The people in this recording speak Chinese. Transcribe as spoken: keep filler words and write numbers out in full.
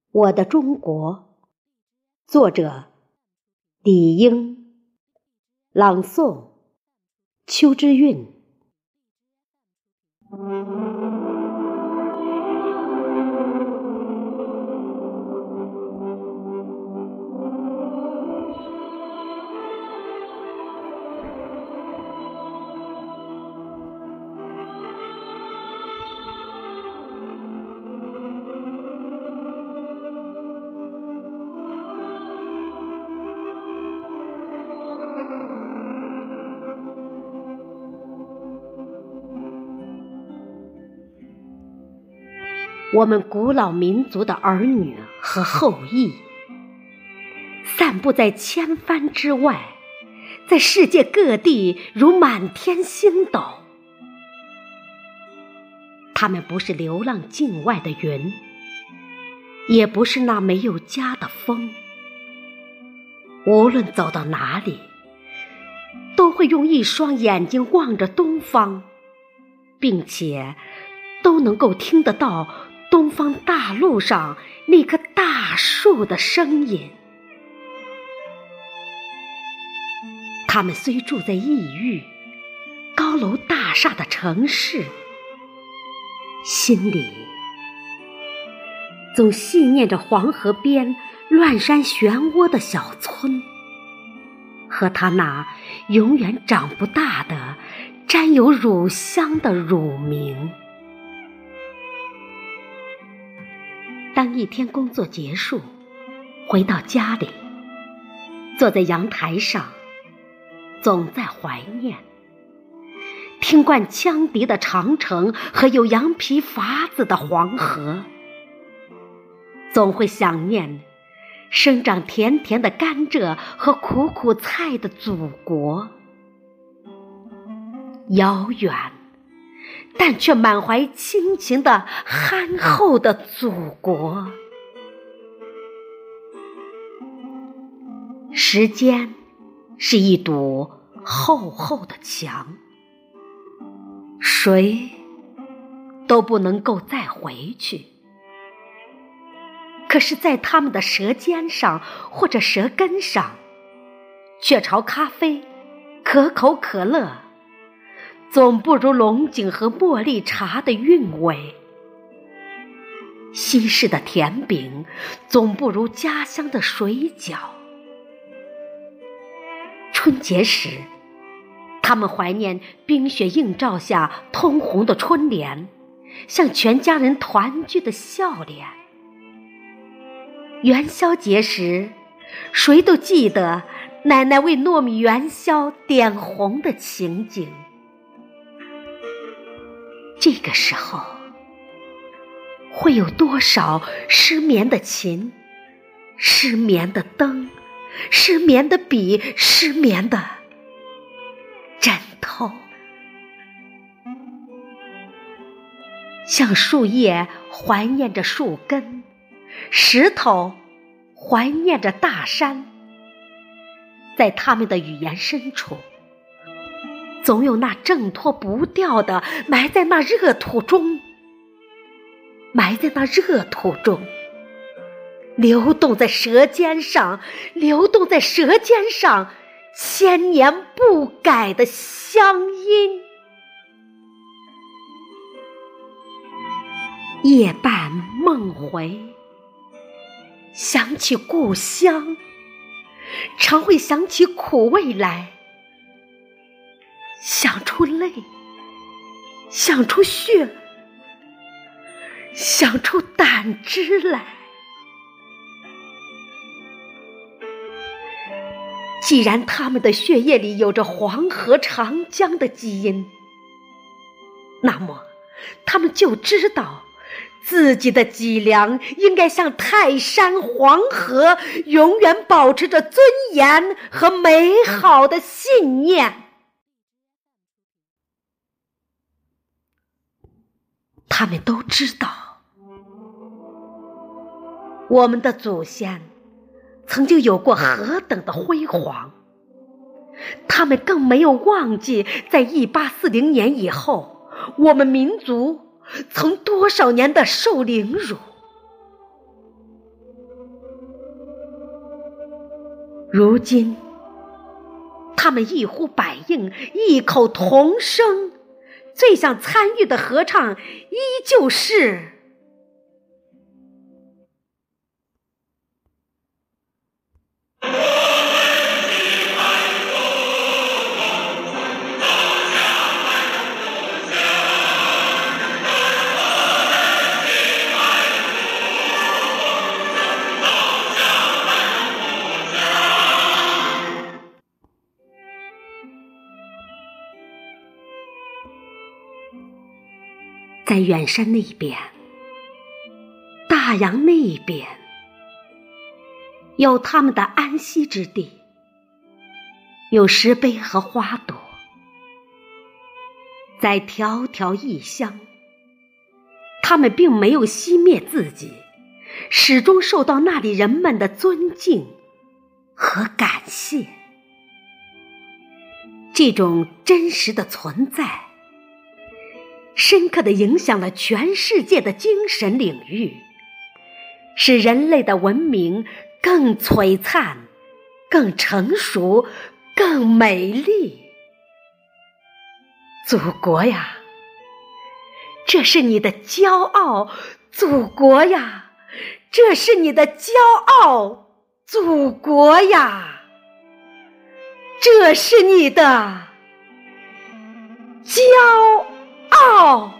我的中国，作者李英，朗诵邱之韵。我们古老民族的儿女和后裔，散布在千帆之外，在世界各地如满天星斗。他们不是流浪境外的云，也不是那没有家的风。无论走到哪里，都会用一双眼睛望着东方，并且都能够听得到东方大陆上那棵大树的声音。他们虽住在异域、高楼大厦的城市，心里总细念着黄河边乱山漩涡的小村，和他那永远长不大的沾有乳香的乳名。当一天工作结束，回到家里，坐在阳台上，总在怀念听惯羌笛的长城和有羊皮筏子的黄河，总会想念生长甜甜的甘蔗和苦苦菜的祖国。遥远但却满怀亲情的憨厚的祖国。时间是一堵厚厚的墙，谁都不能够再回去。可是在他们的舌尖上或者舌根上，雀巢咖啡、可口可乐总不如龙井和茉莉茶的韵味，西式的甜饼总不如家乡的水饺。春节时，他们怀念冰雪映照下通红的春联，像全家人团聚的笑脸。元宵节时，谁都记得奶奶为糯米元宵点红的情景。这个时候，会有多少失眠的琴、失眠的灯、失眠的笔、失眠的枕头？像树叶怀念着树根，石头怀念着大山，在他们的语言深处，总有那挣脱不掉的埋在那热土中，埋在那热土中，流动在舌尖上，流动在舌尖上，千年不改的乡音。夜半梦回，想起故乡，常会想起苦味来，想出泪，想出血，想出胆汁来。既然他们的血液里有着黄河长江的基因，那么他们就知道自己的脊梁应该像泰山黄河，永远保持着尊严和美好的信念。他们都知道，我们的祖先曾经有过何等的辉煌。他们更没有忘记，在一八四零年以后，我们民族曾多少年的受凌辱。 如今他们一呼百应，异口同声，最想参与的合唱依旧是在远山那边，大洋那边，有他们的安息之地，有石碑和花朵。在迢迢异乡，他们并没有熄灭自己，始终受到那里人们的尊敬和感谢。这种真实的存在，深刻地影响了全世界的精神领域，使人类的文明更璀璨、更成熟、更美丽。祖国呀，这是你的骄傲；祖国呀，这是你的骄傲；祖国呀，这是你的骄傲。